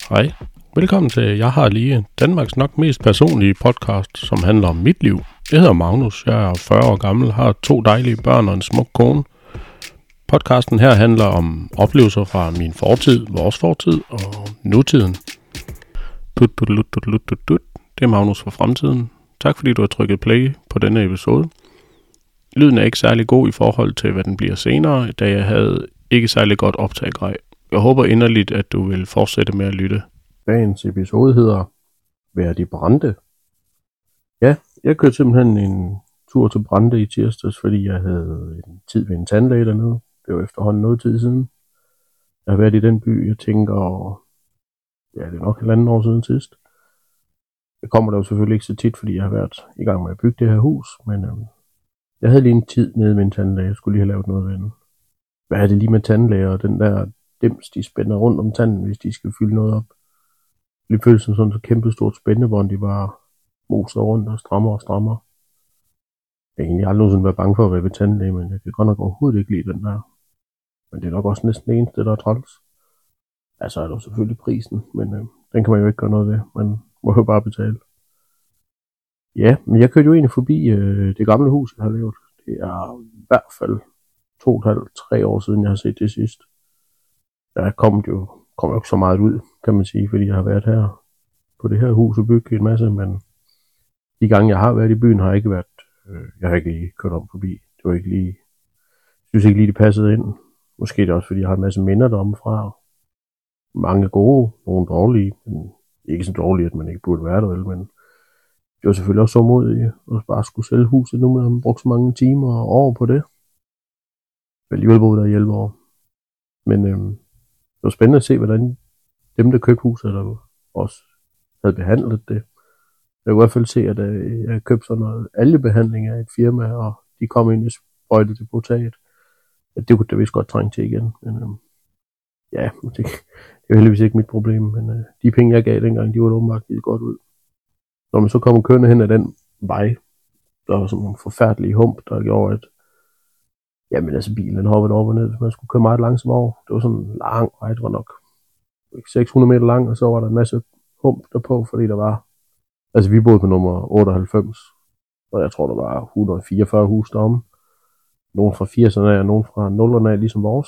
Hej, velkommen til Jeg har lige Danmarks nok mest personlige podcast, som handler om mit liv. Jeg hedder Magnus, jeg er 40 år gammel, har 2 dejlige børn og en smuk kone. Podcasten her handler om oplevelser fra min fortid, vores fortid og nutiden. Det er Magnus fra fremtiden. Tak fordi du har trykket play på denne episode. Lyden er ikke særlig god i forhold til, hvad den bliver senere, da jeg havde ikke særlig godt optaggrej. Jeg håber inderligt, at du vil fortsætte med at lytte. Dagens episode hedder Vær de Brande. Ja, jeg kørte simpelthen en tur til Brande i tirsdags, fordi jeg havde en tid ved en tandlæge dernede. Det var efterhånden noget tid siden. Jeg har været i den by, jeg tænker, ja, det er nok 1,5 år siden sidst. Jeg kommer der jo selvfølgelig ikke så tit, fordi jeg har været i gang med at bygge det her hus, men jeg havde lige en tid nede med en tandlæge. Jeg skulle lige have lavet noget ved den. Hvad er det lige med tandlæger og den der dims, de spænder rundt om tanden, hvis de skal fylde noget op? Det føles som sådan et kæmpe stort spændebånd, de bare moser rundt og strammer. Jeg har egentlig aldrig nogensinde været bange for at være ved tandlæge, men jeg kan godt nok overhovedet ikke lide den der. Men det er nok også næsten det eneste, der er træls. Altså er der selvfølgelig prisen, men den kan man jo ikke gøre noget ved. Man må jo bare betale. Ja, men jeg kørte jo egentlig forbi det gamle hus, jeg har lavet. Det er i hvert fald 2,5-3 år siden, jeg har set det sidst. Der kom jo ikke så meget ud, kan man sige, fordi jeg har været her på det her hus og bygget en masse, men de gange jeg har været i byen, har jeg ikke været, jeg har ikke lige kørt om forbi. Det var ikke lige, jeg synes ikke lige det passede ind. Måske det er også fordi jeg har en masse minder derom fra. Mange gode, nogle dårlige, men ikke så dårlige, at man ikke burde være der, vel, men det var selvfølgelig også så modigt at bare skulle sælge huset nu, man har brugt så mange timer og år på det. Jeg alligevel boet der i 11 år. Men det var spændende at se, hvordan dem, der købte huset, der også havde behandlet det. Jeg kunne i hvert fald se, at jeg købte sådan noget algebehandling af et firma, og de kom ind og sprøjtede det på taget. At det kunne da vist godt trænge til igen. Men ja, det er heldigvis ikke mit problem. Men de penge, jeg gav dengang, de var åbenbart givet godt ud. Når man så kom kørende hen ad den vej, der var sådan en forfærdelig hump, der gjorde, at jamen altså bilen hoppede op og ned, man skulle køre meget langsomt over. Det var sådan en lang vej, det var nok 600 meter lang, og så var der en masse hump derpå, fordi der var, altså vi boede på nummer 98, og jeg tror der var 144 hus deromme. Nogle fra 80'erne af, og nogle fra 0'erne af, ligesom vores.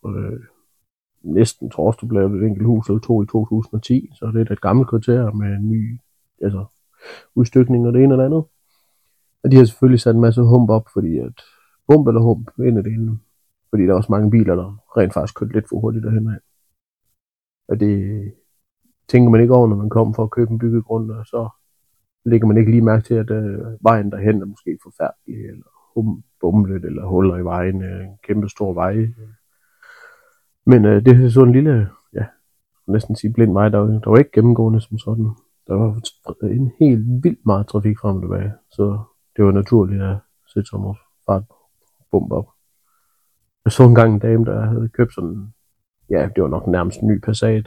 Næsten tror også, du blev et enkelt hus eller to i 2010, så det er et gammelt kvarter med ny, altså udstykning og det ene og det andet. Og de har selvfølgelig sat en masse hump op, fordi at bump eller hump ind i det ene. Fordi der er også mange biler, der rent faktisk kørte lidt for hurtigt derhen af. Og det tænker man ikke over, når man kommer for at købe en byggegrund, og så lægger man ikke lige mærke til, at vejen derhen er måske forfærdelig, eller bumlet, eller huller i vejen, en kæmpe stor vej. Men det er sådan en lille, ja, næsten sige blind vej, der var ikke gennemgående som sådan. Der var en helt vildt meget trafik frem og tilbage, så det var naturligt at sætte som vores fart bump op. Jeg så engang en dame, der havde købt sådan, ja, det var nok nærmest en ny Passat,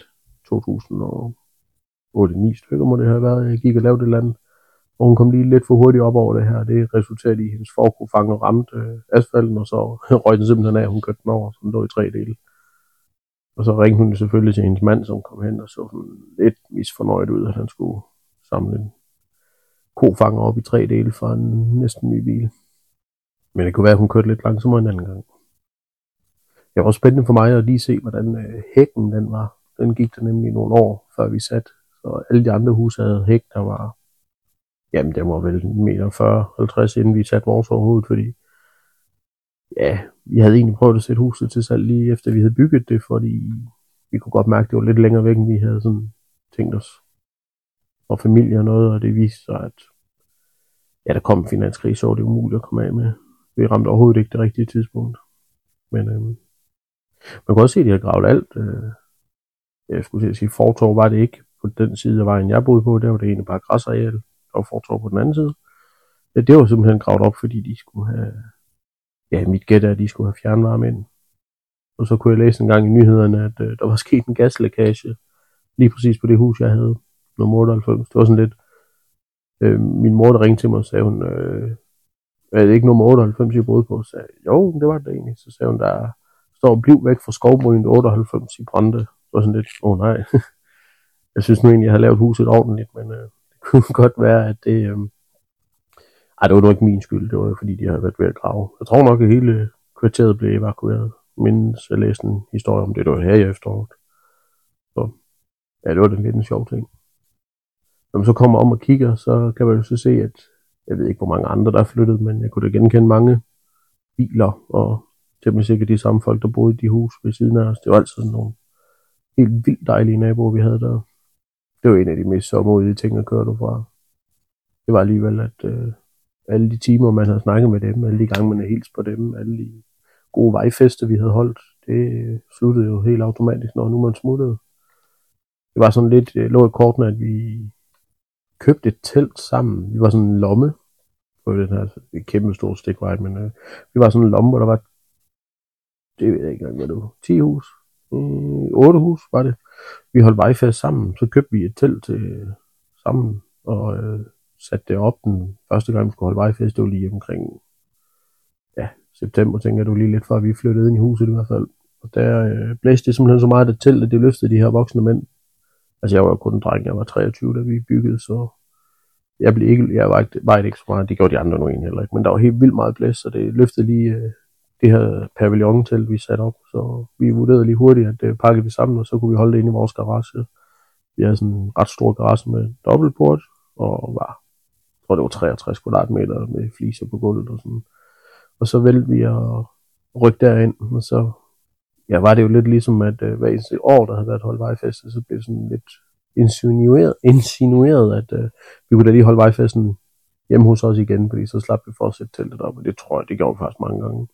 2008-9 stykker må det have været. Jeg gik og lavede et eller andet, og hun kom lige lidt for hurtigt op over det her. Det resulterede i, at hendes forkofang ramte asfalten, og så røg den simpelthen af, og hun kørte den over, så den lå i 3 dele. Og så ringte hun selvfølgelig til hendes mand, som kom hen og så sådan lidt misfornøjet ud, at han skulle samle en kofanger op i 3 dele fra en næsten ny bil. Men det kunne være, at hun kørte lidt langsommere en anden gang. Det var også spændende for mig at lige se, hvordan hækken den var. Den gik der nemlig nogle år, før vi satte. Så alle de andre huse havde hæk, der var, jamen den var vel 1,40-1,50 meter, inden vi satte vores overhovedet, fordi ja, vi havde egentlig prøvet at sætte huset til salg lige efter vi havde bygget det, fordi vi kunne godt mærke, at det var lidt længere væk, end vi havde sådan tænkt os. Og familie og noget, og det viste sig, at ja, der kom en finanskrise, så det var umuligt at komme af med. Vi ramte overhovedet ikke det rigtige tidspunkt. Men man kan også se, at de har gravet alt. Jeg skulle sige, fortov var det ikke på den side af vejen, jeg boede på. Der var det egentlig bare græsareal. Der var fortov på den anden side. Ja, det var simpelthen gravet op, fordi de skulle have, ja, mit gæt er, at de skulle have fjernvarme ind. Og så kunne jeg læse en gang i nyhederne, at der var sket en gaslækage lige præcis på det hus, jeg havde, nummer 98. Det var sådan lidt, min mor, der ringte til mig, og sagde hun, er det ikke nummer 98, jeg boede på? Så sagde jeg, jo, det var det egentlig. Så sagde hun, der står bliv væk fra skovbrynet 98 i Brande. Det var sådan lidt, nej. Jeg synes nu egentlig, jeg har lavet huset ordentligt, men det kunne godt være, at det... det var nu ikke min skyld. Det var fordi, de havde været ved at grave. Jeg tror nok, at hele kvarteret blev evakueret. Mens jeg læste en historie om det, der var her i efteråret. Så ja, det var lidt en sjov ting. Når man så kommer om og kigger, så kan man jo så se, at jeg ved ikke, hvor mange andre, der er flyttet, men jeg kunne da genkende mange biler, og temmelig sikkert de samme folk, der boede i de hus ved siden af os. Det var altid sådan nogle helt vildt dejlige naboer, vi havde der. Det var en af de mest sommerlige ting at køre derfra. Det var alligevel, at alle de timer, man havde snakket med dem, alle de gange, man havde hilst på dem, alle de gode vejfester, vi havde holdt, det sluttede jo helt automatisk, når nu man smuttede. Det var sådan lidt, lå i kortene, at vi købte et telt sammen. Vi var sådan en lomme på den her kæmpe store stikvej, men vi var sådan en lomme, hvor der var, det ved jeg ikke engang, hvad det var, 10 hus, 8 hus var det. Vi holdt vejfest sammen, så købte vi et telt sammen, og satte det op den første gang, vi skulle holde vejfest. Det var lige omkring september, tænker jeg, det var lige lidt før vi flyttede ind i huset i hvert fald. Og der blæste det simpelthen så meget, at teltet, det løftede de her voksne mænd. Altså jeg var kun en dreng, jeg var 23, da vi byggede, så jeg var ikke så meget, det gjorde de andre nu egentlig heller ikke, men der var helt vildt meget blæst, så det løftede lige det her pavillontelt, vi satte op, så vi vurderede lige hurtigt, at det pakkede vi sammen, og så kunne vi holde det inde i vores garage. Vi havde sådan en ret stor garage med dobbeltport, og jeg tror det var 63 kvadratmeter med fliser på gulvet og sådan. Og så valgte vi at rykke derind, og så var det jo lidt ligesom, at hver eneste år, der havde været holdt vejfest, så blev det sådan lidt insinueret, at vi kunne da lige holde vejfesten hjemme hos os igen, fordi så slap vi for at sætte teltet op, og det tror jeg, det gjorde vi faktisk mange gange.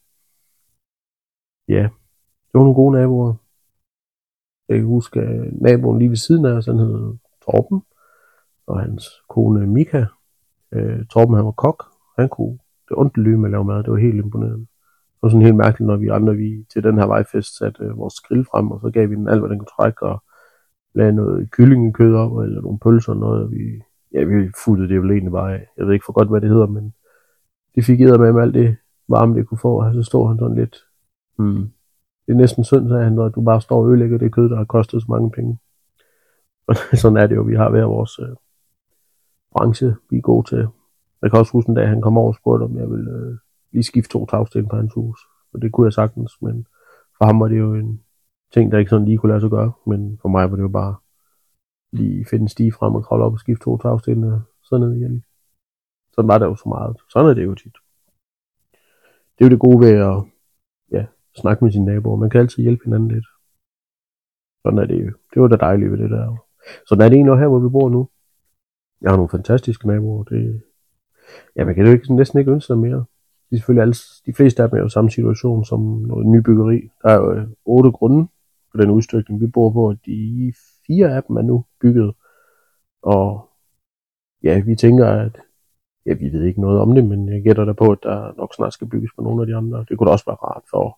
Ja, det var nogle gode naboer. Jeg kan huske, at naboen lige ved siden af os, han hed Torben, og hans kone Mika. Torben, han var kok. Han kunne det ondt lyde med at lave mad. Det var helt imponerende. Det var sådan helt mærkeligt, når vi andre til den her vejfest satte vores grill frem, og så gav vi den alt, hvad den kunne trække, og lagde noget kyllingekød op, eller nogle pølser og noget. Vi futtede det jo egentlig bare af. Jeg ved ikke for godt, hvad det hedder, men det fik med alt det varme, det kunne få, og så stod han sådan lidt. Det er næsten synd, sagde han, at du bare står og ødelægger det kød, der har kostet så mange penge. Og sådan er det jo, vi har hver vores branche, vi er gode til. Jeg kan også huske en dag, han kom over og spurgte, om jeg ville lige skifte 2 tagsten på hans hus. Og det kunne jeg sagtens, men for ham var det jo en ting, der ikke sådan lige kunne lade sig gøre. Men for mig var det jo bare lige finde en stige frem og kravle op og skifte 2 tagsten og sådan ned igen. Sådan var det jo så meget. Sådan er det jo tit. Det er jo det gode ved at snakke med sine naboer. Man kan altid hjælpe hinanden lidt. Sådan er det jo. Det var da dejligt ved det der. Sådan er det egentlig her, hvor vi bor nu. Jeg har nogle fantastiske naboer. Man kan jo næsten ikke ønske sig mere. De er selvfølgelig de fleste af dem er jo samme situation som noget nybyggeri. Der er jo 8 grunde på den udstykning, vi bor på, og de 4 af dem er nu bygget. Og vi tænker, at vi ved ikke noget om det, men jeg gætter da på, at der nok snart skal bygges på nogle af de andre. Det kunne da også være rart for.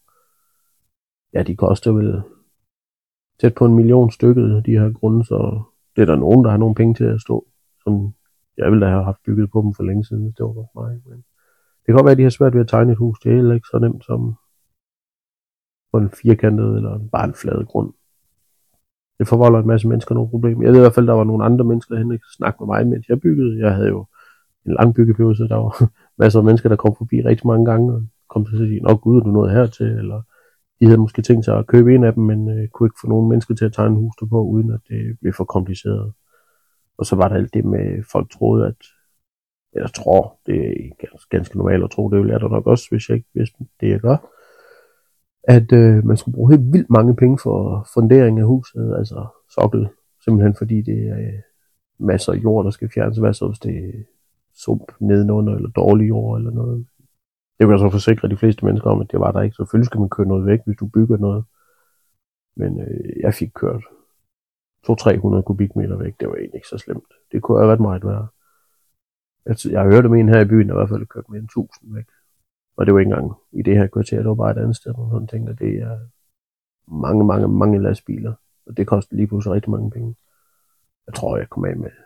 De koster vel tæt på 1 million stykket, de her grunde, så det er der nogen, der har nogle penge til at stå. Som jeg ville da have haft bygget på dem for længe siden, hvis det var for mig. Men det kan godt være, at de har svært ved at tegne et hus. Det er heller ikke så nemt som på en firkantet eller bare en flad grund. Det forvolder en masse mennesker nogle problemer. Jeg ved i hvert fald, der var nogle andre mennesker, der ikke snakke med mig, mens jeg byggede. Jeg havde jo en lang byggeperiode, så der var masser af mennesker, der kom forbi rigtig mange gange og kom til at sige, gud, er du nået hertil, eller de havde måske tænkt sig at købe en af dem, men kunne ikke få nogen mennesker til at tegne hus på, uden at det blev for kompliceret. Og så var der alt det med, folk troede, jeg tror, det er ganske normalt at tro, det ville jeg da nok også, hvis jeg ikke vidste det, jeg gør, at man skulle bruge helt vildt mange penge for fundering af huset, altså sokkel, simpelthen fordi det er masser af jord, der skal fjernes, hvad så hvis det er sump nedenunder, eller dårlig jord, eller noget. Det vil jeg så forsikre de fleste mennesker om, at det var der ikke. Selvfølgelig skal man køre noget væk, hvis du bygger noget. Men jeg fik kørt 200-300 kubikmeter væk. Det var egentlig ikke så slemt. Det kunne have været meget værre. Jeg har hørt om en her i byen, der i hvert fald kørt mere end 1000 væk. Og det var ikke engang i det her kvarter, det var bare et andet sted. Og sådan tænker, det er mange lastbiler. Og det koster lige pludselig rigtig mange penge. Jeg tror, jeg kom af med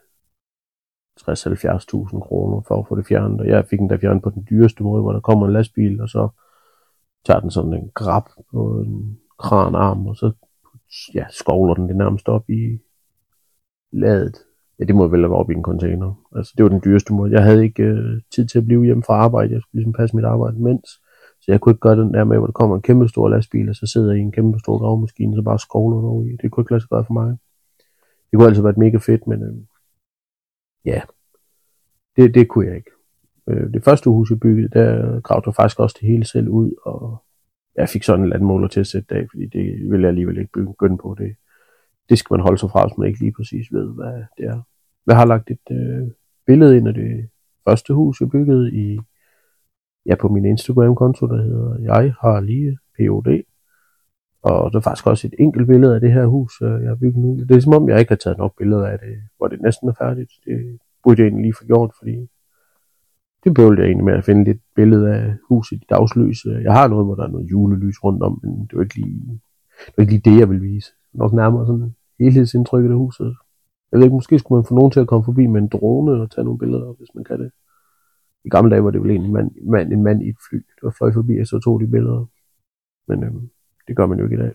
60-70.000 kroner for at få det fjernet, og jeg fik den der fjernet på den dyreste måde, hvor der kommer en lastbil, og så tager den sådan en grab på en kranarm, og så skovler den det nærmest op i ladet. Ja, det må vel have været oppe i en container. Altså, det var den dyreste måde. Jeg havde ikke tid til at blive hjemme fra arbejde. Jeg skulle ligesom passe mit arbejde mens. Så jeg kunne ikke gøre den der med, hvor der kommer en kæmpe stor lastbil, og så sidder jeg i en kæmpe stor gravemaskine, så bare skovler over i. Det kunne ikke lade sig gøre for mig. Det kunne altså være mega fedt, men ja, det kunne jeg ikke. Det første hus, jeg byggede, der gravede jeg faktisk også det hele selv ud, og jeg fik sådan en landmåler til at sætte af, fordi det ville jeg alligevel ikke begynde på. Det skal man holde sig fra, hvis man ikke lige præcis ved, hvad det er. Jeg har lagt et billede ind af det første hus, jeg byggede på min Instagram-konto, der hedder jeg har lige POD. Og der er faktisk også et enkelt billede af det her hus, jeg har bygget nu. Det er som om, jeg ikke har taget nok billeder af det, hvor det næsten er færdigt. Det burde jeg egentlig lige få gjort, fordi det bøvlede jeg egentlig med at finde lidt billede af huset i dagslys. Jeg har noget, hvor der er noget julelys rundt om, men det var ikke lige det, jeg vil vise. Nok nærmere sådan helhedsindtrykket af huset. Jeg ved ikke, måske skulle man få nogen til at komme forbi med en drone og tage nogle billeder, hvis man kan det. I gamle dage var det vel en mand i et fly, der fløj forbi, og så tog de billeder. Men det gør man jo ikke i dag.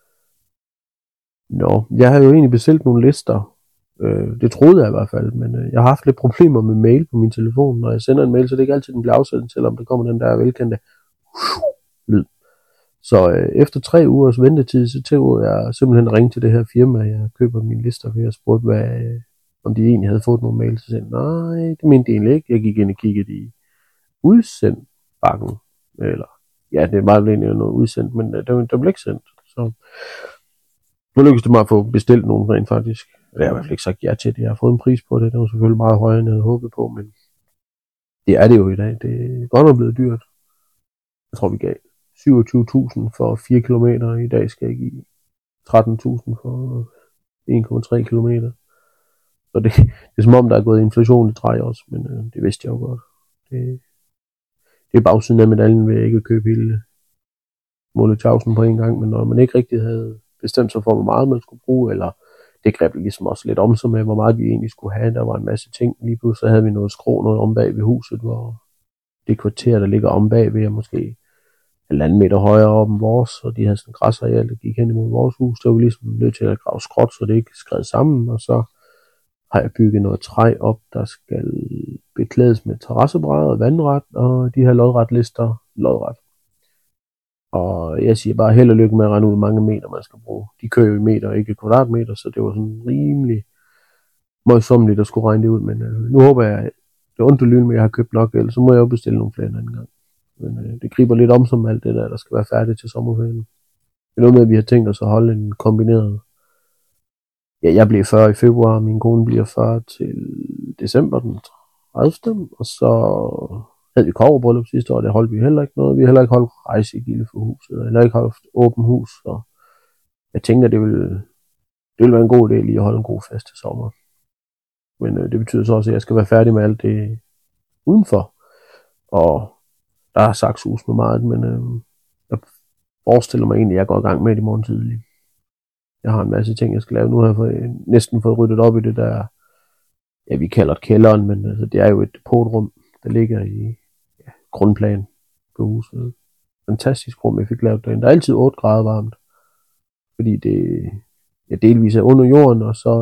Jeg har jo egentlig bestilt nogle lister. Det troede jeg i hvert fald, men jeg har haft lidt problemer med mail på min telefon. Når jeg sender en mail, så det er ikke altid, den bliver afsendt, selvom der kommer den der velkendte lyd. Så efter 3 ugers ventetid, så tog jeg simpelthen ringe til det her firma, jeg køber mine lister ved, og spurgte, om de egentlig havde fået nogle mail. Så sagde nej, det mente de egentlig ikke. Jeg gik ind og kiggede i udsendt bakken, eller ja, det var egentlig noget udsendt, men det blev ikke sendt. Så nu lykkedes det mig at få bestilt nogen rent faktisk. Det har jeg i hvert fald ikke sagt ja til det. Jeg har fået en pris på det. Det var selvfølgelig meget højere, end jeg havde håbet på, men det er det jo i dag. Det er godt nok blevet dyrt. Jeg tror, vi gav 27.000 for 4 kilometer. I dag skal jeg give 13.000 for 1,3 kilometer. Så det er som om, der er gået inflation i træ også, men det vidste jeg jo godt. Det er bagsiden af medaljen ved ikke at købe hele måletjavsen på en gang, men når man ikke rigtig havde bestemt sig for, hvor meget man skulle bruge, eller det greb ligesom også lidt om sig med, hvor meget vi egentlig skulle have. Der var en masse ting. Lige pludselig havde vi noget skrå, noget om bag ved huset, hvor det kvarter, der ligger om bag ved, er måske 1,5 meter højere op end vores, og de havde sådan en græsareal, der gik hen imod vores hus. Der var vi ligesom nødt til at grave skråt, så det ikke skred sammen, og så har jeg bygget noget træ op, der skal beklædes med terrassebrædder og vandret, og de her lodretlister lodret. Og jeg siger bare held og lykke med at regne ud, hvor mange meter man skal bruge. De kører jo i meter, ikke kvadratmeter, så det var sådan rimelig møjsommeligt at skulle regne det ud. Men nu håber jeg, det er ondt at lyne, men jeg har købt nok, ellers så må jeg jo bestille nogle flere en anden gang. Men det griber lidt om som alt det der skal være færdigt til sommerferien. Det er noget med, at vi har tænkt os at holde en kombineret. Ja, jeg bliver 40 i februar, min kone bliver 40 til december den 30. Og så havde vi kobberbryllup sidste år, det holdt vi heller ikke noget. Vi har heller ikke holdt rejsegilde for huset, eller ikke holdt åben hus. Så jeg tænker, det vil være en god idé lige at holde en god fest til sommer. Men det betyder så også, at jeg skal være færdig med alt det udenfor. Og der er sakshus med meget, men jeg forestiller mig egentlig, at jeg går i gang med det i morgen tidlig. Jeg har en masse ting, jeg skal lave. Nu har jeg næsten fået ryddet op i det der, ja, vi kalder det kælderen, men altså, det er jo et depotrum, der ligger i grundplan på huset. Fantastisk rum, jeg fik lavet derinde. Der er altid 8 grader varmt, fordi det delvis er under jorden, og så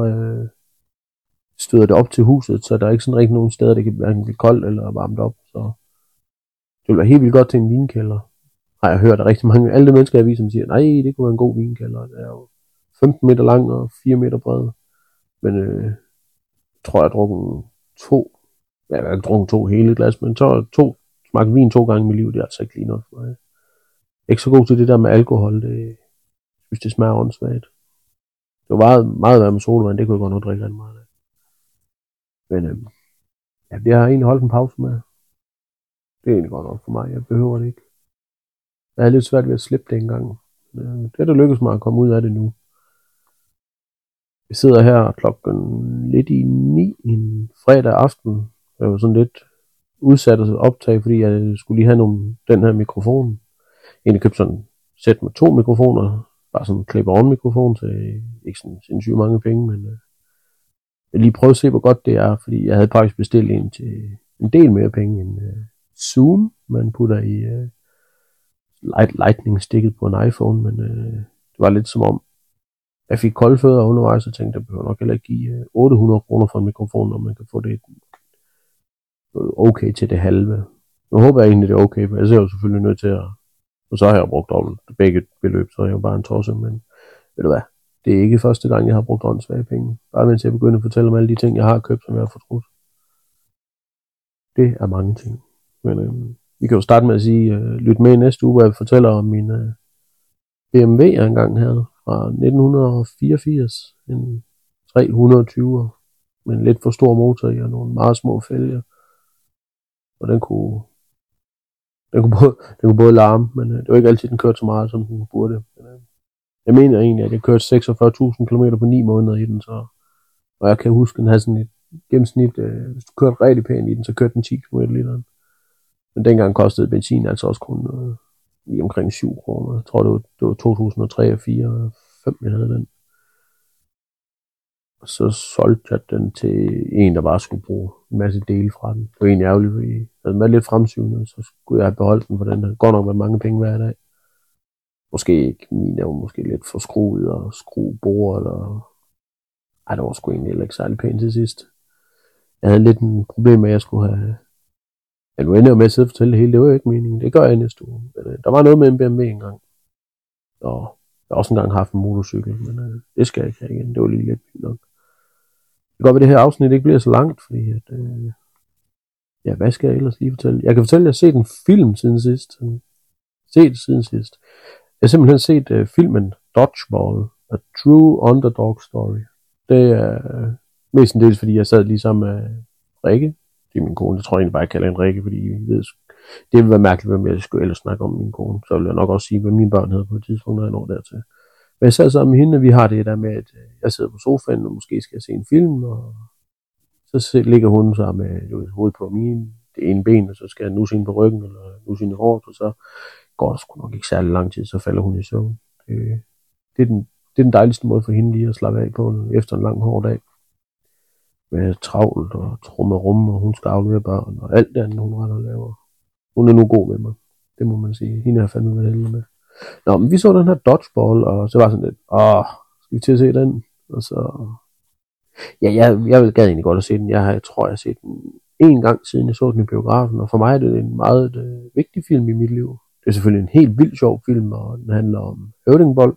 støder det op til huset, så der er ikke sådan rigtig nogen steder, der kan blive koldt eller varmt op. Så det vil være helt vildt godt til en vinkælder. Har jeg hørt, at rigtig mange, alle de mennesker jeg viser, siger, nej, det kunne være en god vinkælder. Det er jo 15 meter lang og 4 meter bred. Men jeg tror, jeg har drukket 2. Ja, jeg har ikke drukket 2 hele glas, men så smagt vin 2 gange i mit liv, det er altså ikke lige noget for mig. Jeg er ikke så god til det der med alkohol, det synes det smager åndssvagt. Det var meget værd med solvand, det kunne jeg godt nok drikke rigtig meget af. Men jeg har egentlig holdt en pause med. Det er egentlig godt nok for mig, jeg behøver det ikke. Jeg er lidt svært ved at slippe det engang. Det er der lykkes mig at komme ud af det nu. Jeg sidder her klokken lidt i 9 en fredag aften. Jeg var sådan lidt udsat at optage, fordi jeg skulle lige have den her mikrofon. Jeg købte sådan et sæt med 2 mikrofoner. Bare sådan en clip-on mikrofon, så ikke sådan sindssygt mange penge, men jeg lige prøvede at se, hvor godt det er, fordi jeg havde faktisk bestilt en til en del mere penge end Zoom, man putter i lightning-stikket på en iPhone, men det var lidt som om, Jeg fik kolde fødder undervejs, og tænkte, jeg behøver nok heller ikke give 800 kroner for en mikrofon, når man kan få det okay til det halve. Nu håber jeg egentlig, det er okay, for jeg er jo selvfølgelig nødt til at... Og så har jeg brugt dobbelt begge beløb, så er jeg jo bare en tosse, men ved du hvad? Det er ikke første gang, jeg har brugt åndssvage penge. Bare mens jeg begynder at fortælle om alle de ting, jeg har købt, som jeg har fortrudt. Det er mange ting. Men vi kan jo starte med at sige, lyt med i næste uge, hvor jeg fortæller om min BMW, jeg engang havde fra 1984. En 320'er med en lidt for stor motor i og nogle meget små fælger. Og den kunne både larme, men det var ikke altid, den kørte så meget, som den burde. Jeg mener egentlig, at jeg kørte 46.000 km på 9 måneder i den, så... Og jeg kan huske, at den havde sådan et gennemsnit, hvis du kørte rigtig pænt i den, så kørte den 10 km literen. Men dengang kostede benzin altså også kun lige omkring 7 kroner. Jeg tror, det var 2003 og 4 og 5, jeg havde den. Og så solgte jeg den til en, der bare skulle bruge en masse dele fra den. Det var egentlig ærgerligt, fordi den var lidt fremsyvende, så skulle jeg have beholdt den, for den havde godt nok været mange penge hver dag. Måske ikke, min er jo måske lidt for skruet og skruebord, eller... Ej, det var sgu egentlig ikke særlig pænt til sidst. Jeg havde lidt en problem med, at jeg skulle have... Ja, nu ender jeg med at sidde og fortælle det hele, det var jo ikke meningen. Det gør jeg næste uge. Men, der var noget med en BMW engang. Og jeg har også engang haft en motorcykel, men det skal jeg ikke have igen. Det var lige lidt nok. Det kan godt være, det her afsnit ikke bliver så langt, fordi at... ja, hvad skal jeg ellers lige fortælle? Jeg kan fortælle, at jeg har set en film siden sidst. Jeg har simpelthen set filmen Dodgeball, A True Underdog Story. Det er mestendels, fordi jeg sad lige sammen med Rikke. Det er min kone. Det tror jeg egentlig bare, jeg kalder en Rikke, fordi I ved, det ville være mærkeligt, hvem jeg skulle ellers snakke om min kone. Så ville jeg nok også sige, hvad mine børn hedder på et tidspunkt, når jeg når dertil. Men jeg sad sammen med hende, og vi har det der med, at jeg sidder på sofaen, og måske skal jeg se en film, og så ligger hun så med hovedet på det ene ben, og så skal jeg nusse hende på ryggen, eller nusse hende i håret, og så går der sgu nok ikke særlig lang tid, så falder hun i søvn. Det er den dejligste måde for hende lige at slappe af på efter en lang hård dag. Med travlt og trumme rum, og hun skal aflevere børn, og alt det andet, hun render og laver. Hun er nu god med mig. Det må man sige. Hende har fandme været heldig med. Nå, men vi så den her Dodgeball, og så var sådan lidt, skal vi til at se den? Og så... Ja, jeg gad egentlig godt at se den. Jeg tror, jeg har set den en gang siden jeg så den i biografen, og for mig er det en meget vigtig film i mit liv. Det er selvfølgelig en helt vildt sjov film, og den handler om høvdingbold.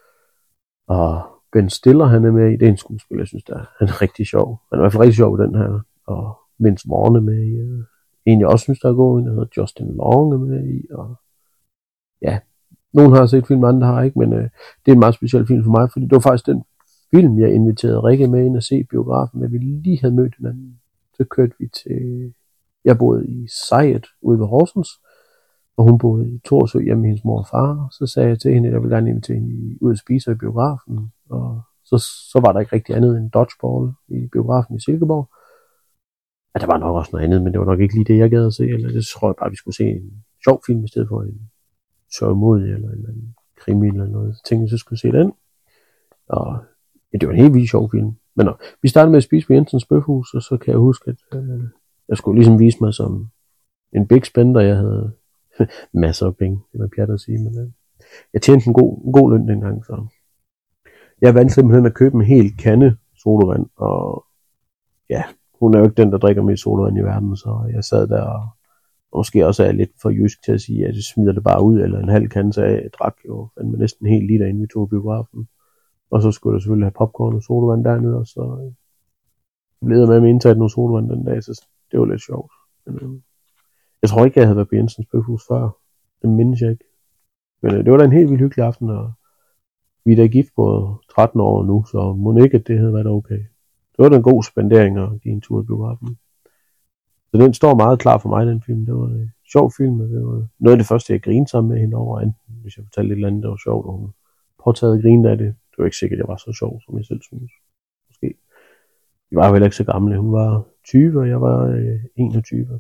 Og Ben Stiller, han er med i. Det er en skuespiller, jeg synes, han er rigtig sjov. Han er i hvert fald rigtig sjov i den her. Og Vince Vaughn er med i. En, jeg også synes, der er god. En, der hedder Justin Long er med i. Og ja, nogen har set film, andre har ikke. Men det er en meget speciel film for mig, fordi det var faktisk den film, jeg inviterede Rikke med ind og se i biografen, da vi lige havde mødt hinanden. Så kørte vi til... Jeg boede i Sejet ude ved Horsens. Og hun boede i Thorsø hjemme med hendes mor og far. Så sagde jeg til hende, at jeg ville gerne invitere hende ud og spise i biografen. Og så var der ikke rigtig andet end Dodgeball i biografen i Silkeborg. Ja, der var nok også noget andet, men det var nok ikke lige det, jeg gad at se. Eller det tror jeg bare, vi skulle se en sjov film i stedet for en sørgmodig eller en krimi eller noget. Så tænkte jeg, så skulle se den. Og ja, det var en helt vildt sjov film. Men vi startede med at spise på Jensens Bøfhus, og så kan jeg huske, at jeg skulle ligesom vise mig som en big spender. Jeg havde masser af penge, det var pjat at sige, men jeg tjente en god løn dengang, så jeg vandt simpelthen at købe en hel kande sodavand, og ja, hun er jo ikke den, der drikker mest sodavand i verden, så jeg sad der og måske også er lidt for jysk til at sige, at jeg smider det bare ud, eller en halv kande, så jeg drak jo fandme næsten en hel liter, inden vi tog biografen, og så skulle jeg selvfølgelig have popcorn og sodavand dernede, og så blev jeg med at indtage nogle sodavand den dag, så det var lidt sjovt. Men, jeg tror ikke, jeg havde været på Jensens Bøfhus før. Det mindes jeg ikke. Men det var da en helt vildt hyggelig aften, og vi er da gift på 13 år nu, så må ikke, at det havde været okay. Det var da en god spendering at give en tur i biografen. Så den står meget klar for mig, den film. Det var en sjov film, og det var noget af det første, jeg grinede sammen med hende over, enten hvis jeg fortalte et eller andet, der var sjovt, og hun påtaget grinede af det. Det var ikke sikkert, at jeg var så sjov, som jeg selv synes. Måske. Vi var jo heller ikke så gamle. Hun var 20, og jeg var 21.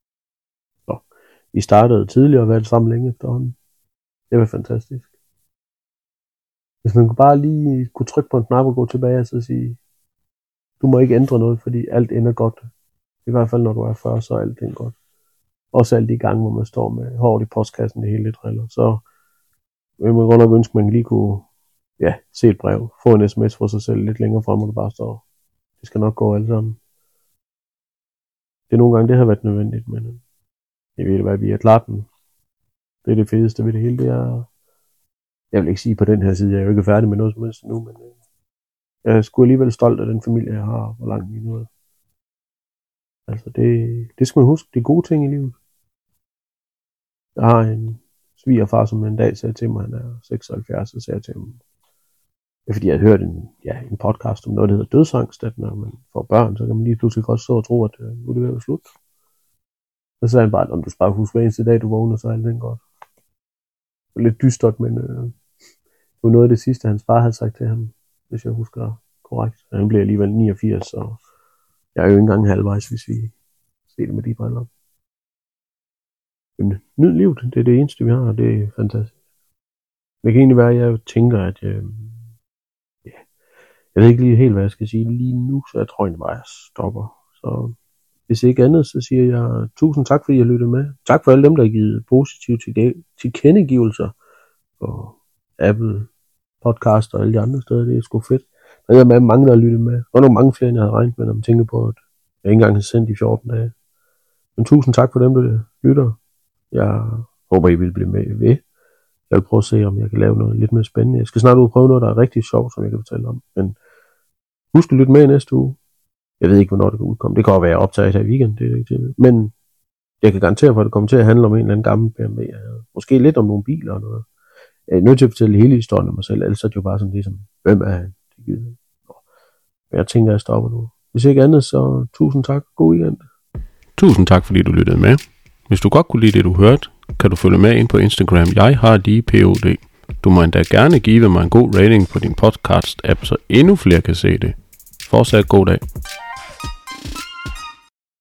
Vi startede tidligere og været sammen længe efterhånden. Det var fantastisk. Hvis man bare lige kunne trykke på en knap og gå tilbage og så sige, du må ikke ændre noget, fordi alt ender godt. I hvert fald når du er 40, så er alting godt. Også alle de gange, hvor man står med hårdt i postkassen, det hele lidt driller. Så jeg må godt nok ønske, at man lige kunne se et brev, få en sms for sig selv lidt længere frem, og det bare står, det skal nok gå alle sammen. Det er nogle gange, det har været nødvendigt, men jeg ved hvad, vi har klart den. Det er det fedeste ved det hele, det er, jeg vil ikke sige på den her side, jeg er jo ikke færdig med noget som helst nu, men jeg er sgu alligevel stolt af den familie, jeg har, hvor langt vi nu er. Altså, det skal man huske, det er gode ting i livet. Jeg har en svigerfar, som en dag sagde til mig, han er 76, og sagde til ham, det er fordi, jeg har hørt en podcast om noget, der hedder dødsangst, at når man får børn, så kan man lige pludselig godt stå og tro, at nu er det ved at være slut. Og så sagde han bare, om du skal bare huske hver eneste dag, du vågner, så er alt den godt. Det var lidt dystert, men det var noget af det sidste, hans far havde sagt til ham, hvis jeg husker korrekt. Han blev alligevel 89, og jeg er jo ikke engang halvvejs, hvis vi ser det med de briller. Men nyd livet, det er det eneste, vi har, og det er fantastisk. Det kan egentlig være, at jeg tænker, at jeg ved ikke lige helt, hvad jeg skal sige lige nu, så jeg tror egentlig bare, at jeg stopper. Så hvis ikke andet, så siger jeg tusind tak, fordi I har lyttet med. Tak for alle dem, der har givet positive tilkendegivelser på Apple Podcast og alle de andre steder. Det er sgu fedt. Der er med mange, der har lyttet med. Og nogle mange flere, end jeg havde regnet med, når man tænker på, at jeg ikke engang har sendt i 14 dage. Men tusind tak for dem, der lytter. Jeg håber, I vil blive med ved. Jeg vil prøve at se, om jeg kan lave noget lidt mere spændende. Jeg skal snart ud og prøve noget, der er rigtig sjovt, som jeg kan fortælle om. Men husk at lytte med næste uge. Jeg ved ikke, hvornår det kan udkomme. Det kan også være optaget her i weekend, det er ikke til. Men jeg kan garantere for, at det kommer til at handle om en eller anden gammel BMW. Måske lidt om nogle biler og noget. Jeg er nødt til at fortælle hele historien om mig selv, ellers er det jo bare sådan ligesom, hvem er han? Men jeg tænker, at jeg stopper nu. Hvis ikke andet, så tusind tak. God weekend. Tusind tak, fordi du lyttede med. Hvis du godt kunne lide det, du hørte, kan du følge med ind på Instagram. Jeg har lige POD. Du må endda gerne give mig en god rating på din podcast-app, så endnu flere kan se det. Fortsat god dag.